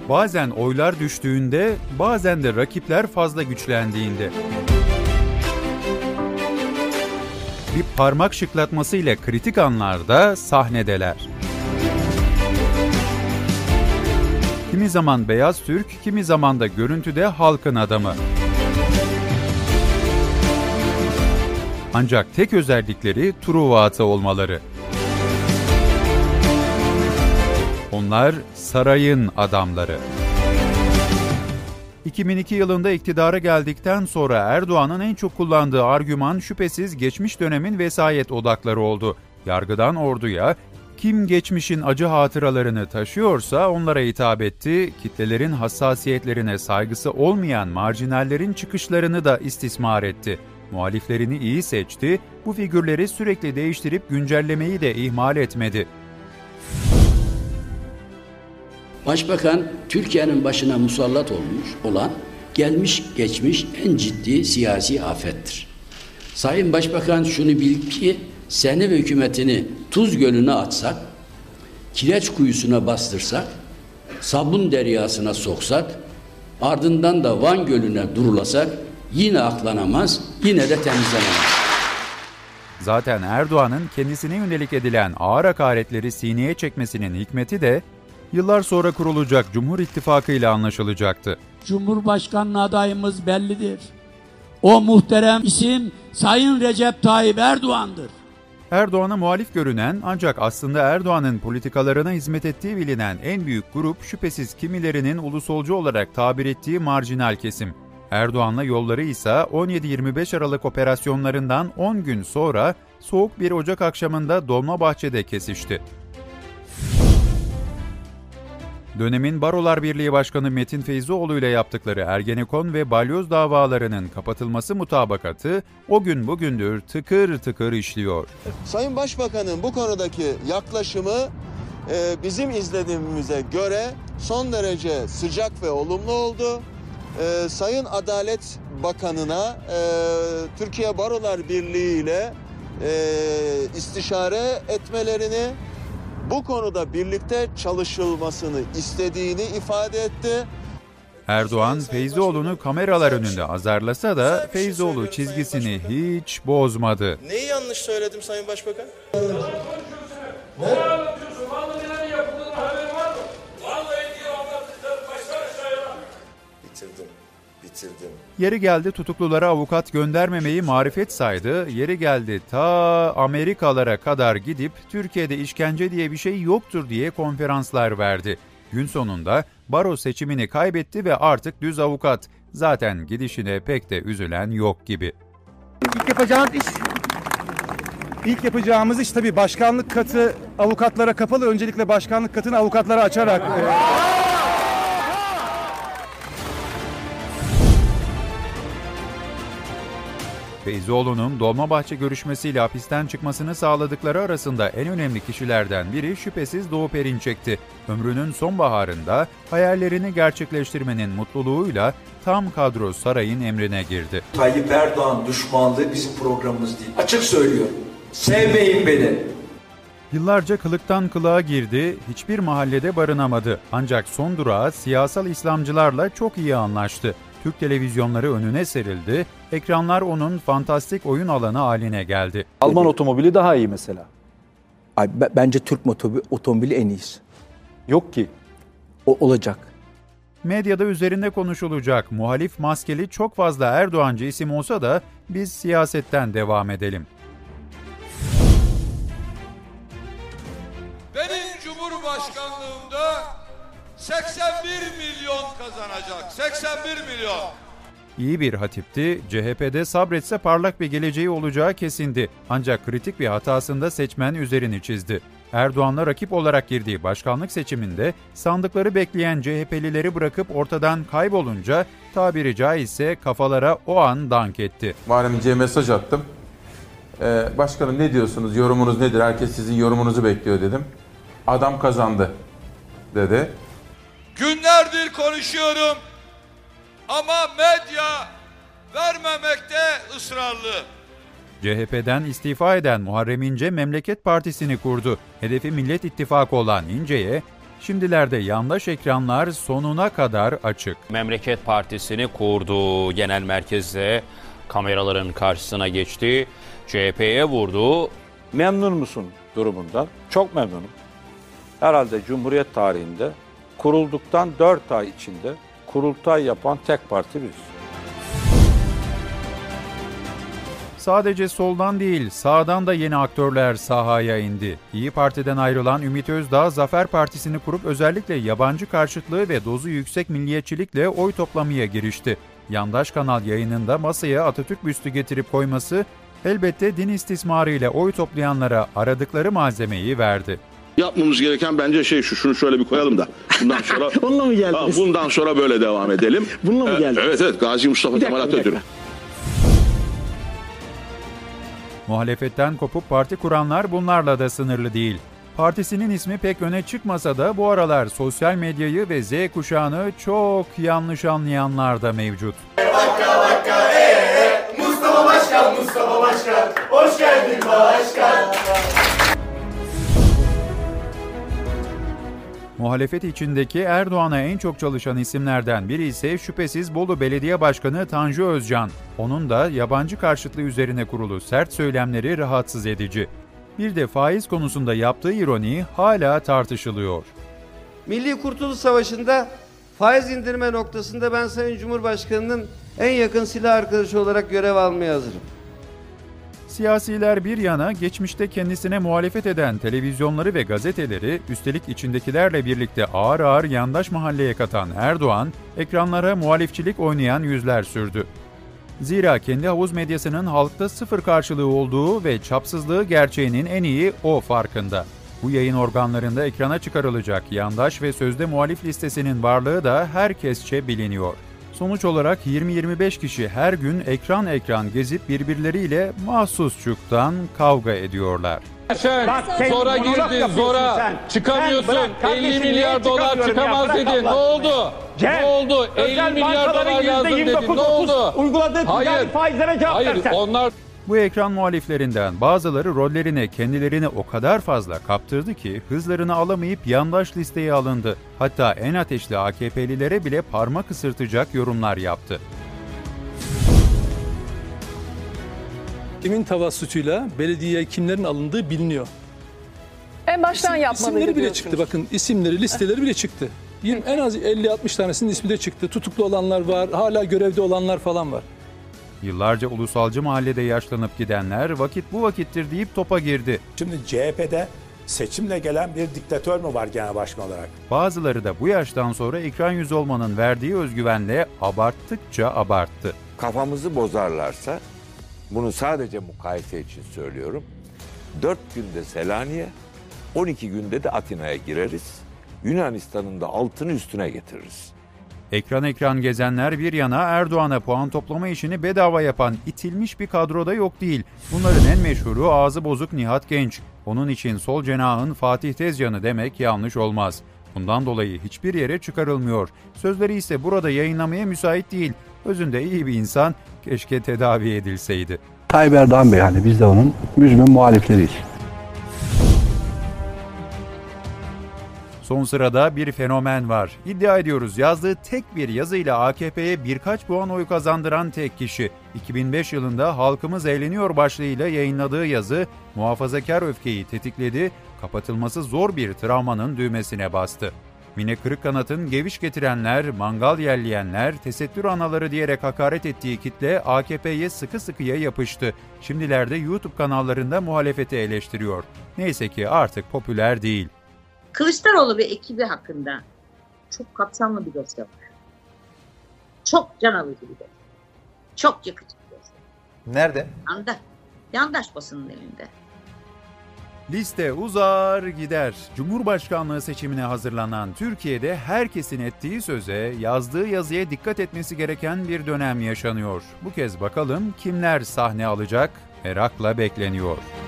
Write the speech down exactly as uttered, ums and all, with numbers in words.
Bazen oylar düştüğünde, bazen de rakipler fazla güçlendiğinde. Bir parmak şıklatmasıyla kritik anlarda sahnedeler. Kimi zaman beyaz Türk, kimi zaman da görüntüde halkın adamı. Ancak tek özellikleri Truva atı olmaları. Onlar sarayın adamları. iki bin iki yılında iktidara geldikten sonra Erdoğan'ın en çok kullandığı argüman şüphesiz geçmiş dönemin vesayet odakları oldu. Yargıdan orduya, kim geçmişin acı hatıralarını taşıyorsa onlara hitap etti, kitlelerin hassasiyetlerine saygısı olmayan marjinallerin çıkışlarını da istismar etti. Muhaliflerini iyi seçti, bu figürleri sürekli değiştirip güncellemeyi de ihmal etmedi. Başbakan, Türkiye'nin başına musallat olmuş olan, gelmiş geçmiş en ciddi siyasi afettir. Sayın Başbakan şunu bil ki, seni ve hükümetini Tuz Gölü'ne atsak, kireç kuyusuna bastırsak, sabun deryasına soksak, ardından da Van Gölü'ne durulasak, yine aklanamaz, yine de temizlenemez. Zaten Erdoğan'ın kendisine yönelik edilen ağır hakaretleri sineye çekmesinin hikmeti de, yıllar sonra kurulacak Cumhur İttifakı ile anlaşılacaktı. Cumhurbaşkanlığı adayımız bellidir. O muhterem isim Sayın Recep Tayyip Erdoğan'dır. Erdoğan'a muhalif görünen ancak aslında Erdoğan'ın politikalarına hizmet ettiği bilinen en büyük grup şüphesiz kimilerinin ulusolcu olarak tabir ettiği marjinal kesim. Erdoğan'la yolları ise on yedi yirmi beş Aralık operasyonlarından on gün sonra soğuk bir Ocak akşamında Dolmabahçe'de kesişti. Dönemin Barolar Birliği Başkanı Metin Feyzioğlu ile yaptıkları Ergenekon ve balyoz davalarının kapatılması mutabakatı o gün bugündür tıkır tıkır işliyor. Sayın Başbakan'ın bu konudaki yaklaşımı e, bizim izlediğimize göre son derece sıcak ve olumlu oldu. E, Sayın Adalet Bakanı'na e, Türkiye Barolar Birliği ile e, istişare etmelerini, bu konuda birlikte çalışılmasını istediğini ifade etti. Erdoğan, Feyzioğlu'nu kameralar önünde azarlasa da Feyzioğlu çizgisini hiç bozmadı. Neyi yanlış söyledim Sayın Başbakan? Ne anlatıyorsun? Vallahi neler yapıldığının haberi var mı? Vallahi diye anlattın. Başlar aşağıya. Bitirdim. Bitirdim. Yeri geldi tutuklulara avukat göndermemeyi marifet saydı, yeri geldi ta Amerikalara kadar gidip Türkiye'de işkence diye bir şey yoktur diye konferanslar verdi. Gün sonunda baro seçimini kaybetti ve artık düz avukat. Zaten gidişine pek de üzülen yok gibi. İlk yapacağımız iş, ilk yapacağımız iş tabii başkanlık katı avukatlara kapalı. Öncelikle başkanlık katını avukatlara açarak... E- Feyzioğlu'nun Dolmabahçe görüşmesiyle hapisten çıkmasını sağladıkları arasında en önemli kişilerden biri şüphesiz Doğu Perinçek'ti. Ömrünün sonbaharında hayallerini gerçekleştirmenin mutluluğuyla tam kadro sarayın emrine girdi. Tayyip Erdoğan düşmanlığı bizim programımız değil. Açık söylüyorum. Sevmeyin beni. Yıllarca kılıktan kılığa girdi, hiçbir mahallede barınamadı. Ancak son durağı siyasal İslamcılarla çok iyi anlaştı. Türk televizyonları önüne serildi, ekranlar onun fantastik oyun alanı haline geldi. Alman otomobili daha iyi mesela. Ay, b- bence Türk motobi- otomobili en iyisi. Yok ki. O olacak. Medyada üzerinde konuşulacak muhalif maskeli çok fazla Erdoğancı isim olsa da biz siyasetten devam edelim. Benim Cumhurbaşkanlığımda seksen bir milyon kazanacak. seksen bir milyon. İyi bir hatipti, C H P'de sabretse parlak bir geleceği olacağı kesindi. Ancak kritik bir hatasında seçmen üzerini çizdi. Erdoğan'la rakip olarak girdiği başkanlık seçiminde sandıkları bekleyen C H P'lileri bırakıp ortadan kaybolunca tabiri caizse kafalara o an dank etti. Muharrem İnce'ye mesaj attım. Ee, başkanım ne diyorsunuz, yorumunuz nedir? Herkes sizin yorumunuzu bekliyor dedim. Adam kazandı dedi. Günlerdir konuşuyorum ama medya vermemekte ısrarlı. C H P'den istifa eden Muharrem İnce Memleket Partisi'ni kurdu. Hedefi Millet İttifakı olan İnce'ye Şimdilerde yandaş ekranlar sonuna kadar açık. Memleket Partisi'ni kurdu. Genel merkezde kameraların karşısına geçti. C H P'ye vurdu. Memnun musun durumundan? Çok memnunum. Herhalde Cumhuriyet tarihinde kurulduktan dört ay içinde kurultay yapan tek parti biziz. Sadece soldan değil, sağdan da yeni aktörler sahaya indi. İyi Parti'den ayrılan Ümit Özdağ, Zafer Partisi'ni kurup özellikle yabancı karşıtlığı ve dozu yüksek milliyetçilikle oy toplamaya girişti. Yandaş kanal yayınında masaya Atatürk büstü getirip koyması, elbette din istismarı ile oy toplayanlara aradıkları malzemeyi verdi. Yapmamız gereken bence şey şu, şunu şöyle bir koyalım da bundan sonra Onunla mı geldiniz? Ha, bundan sonra böyle devam edelim. Bununla mı geldiniz? Evet evet, Gazi Mustafa Kemal Atatürk. Muhalefetten kopup parti kuranlar bunlarla da sınırlı değil. Partisinin ismi pek öne çıkmasa da bu aralar sosyal medyayı ve Z kuşağını çok yanlış anlayanlar da mevcut. Vaka vaka ee, Mustafa Başkan, Mustafa Başkan, hoş geldin başkan. Muhalefet içindeki Erdoğan'a en çok çalışan isimlerden biri ise şüphesiz Bolu Belediye Başkanı Tanju Özcan. Onun da yabancı karşıtlığı üzerine kurulu sert söylemleri rahatsız edici. Bir de faiz konusunda yaptığı ironi hala tartışılıyor. Milli Kurtuluş Savaşı'nda faiz indirme noktasında ben Sayın Cumhurbaşkanı'nın en yakın silah arkadaşı olarak görev almaya hazırım. Siyasiler bir yana geçmişte kendisine muhalefet eden televizyonları ve gazeteleri, üstelik içindekilerle birlikte ağır ağır yandaş mahalleye katan Erdoğan, ekranlara muhalifçilik oynayan yüzler sürdü. Zira kendi havuz medyasının halkta sıfır karşılığı olduğu ve çapsızlığı gerçeğinin en iyi o farkında. Bu yayın organlarında ekrana çıkarılacak yandaş ve sözde muhalif listesinin varlığı da herkesçe biliniyor. Sonuç olarak yirmi yirmi beş kişi her gün ekran ekran gezip birbirleriyle mahsusçuktan kavga ediyorlar. Sen zora girdin, zora çıkamıyorsun. elli milyar dolar çıkamaz dedin. Ne oldu? Ne oldu? elli milyar dolar lazım dedin. Ne oldu? Hayır. Hayır. Onlar Bu ekran muhaliflerinden bazıları rollerine kendilerini o kadar fazla kaptırdı ki hızlarını alamayıp yandaş listeye alındı. Hatta en ateşli A K P'lilere bile parmak ısırtacak yorumlar yaptı. Kimin tavassutuyla belediyeye kimlerin alındığı biliniyor. En baştan İsim, yapmalıydı İsimleri bile diyorsunuz. çıktı, bakın isimleri, listeleri bile çıktı. En az elli altmış tanesinin ismi de çıktı. Tutuklu olanlar var, hala görevde olanlar falan var. Yıllarca ulusalcı mahallede yaşlanıp gidenler vakit bu vakittir deyip topa girdi. Şimdi C H P'de seçimle gelen bir diktatör mü var genel başkan olarak? Bazıları da bu yaştan sonra ekran yüzü olmanın verdiği özgüvenle abarttıkça abarttı. Kafamızı bozarlarsa, bunu sadece mukayese için söylüyorum, dört günde Selanik'e, on iki günde de Atina'ya gireriz. Yunanistan'ın da altını üstüne getiririz. Ekran ekran gezenler bir yana Erdoğan'a puan toplama işini bedava yapan itilmiş bir kadroda yok değil. Bunların en meşhuru ağzı bozuk Nihat Genç. Onun için sol cenahın Fatih Tezcan'ı demek yanlış olmaz. Bundan dolayı hiçbir yere çıkarılmıyor. Sözleri ise burada yayınlamaya müsait değil. Özünde iyi bir insan, keşke tedavi edilseydi. Tayyip Erdoğan Bey, hani biz de onun müzmin muhalifleriyiz. Son sırada bir fenomen var. İddia ediyoruz yazdığı tek bir yazıyla A K P'ye birkaç puan oy kazandıran tek kişi. iki bin beş yılında Halkımız Eğleniyor başlığıyla yayınladığı yazı muhafazakar öfkeyi tetikledi, kapatılması zor bir travmanın düğmesine bastı. Mine Kırıkkanat'ın geviş getirenler, mangal yerleyenler, tesettür anaları diyerek hakaret ettiği kitle A K P'ye sıkı sıkıya yapıştı. Şimdilerde YouTube kanallarında muhalefeti eleştiriyor. Neyse ki artık popüler değil. Kılıçdaroğlu ve ekibi hakkında çok kapsamlı bir dosya var. Çok can alıcı bir dosya. Çok yıkıcı bir dosya. Nerede? Yandaş, yandaş basının elinde. Liste uzar gider. Cumhurbaşkanlığı seçimine hazırlanan Türkiye'de herkesin ettiği söze, yazdığı yazıya dikkat etmesi gereken bir dönem yaşanıyor. Bu kez bakalım kimler sahne alacak? Merakla bekleniyor.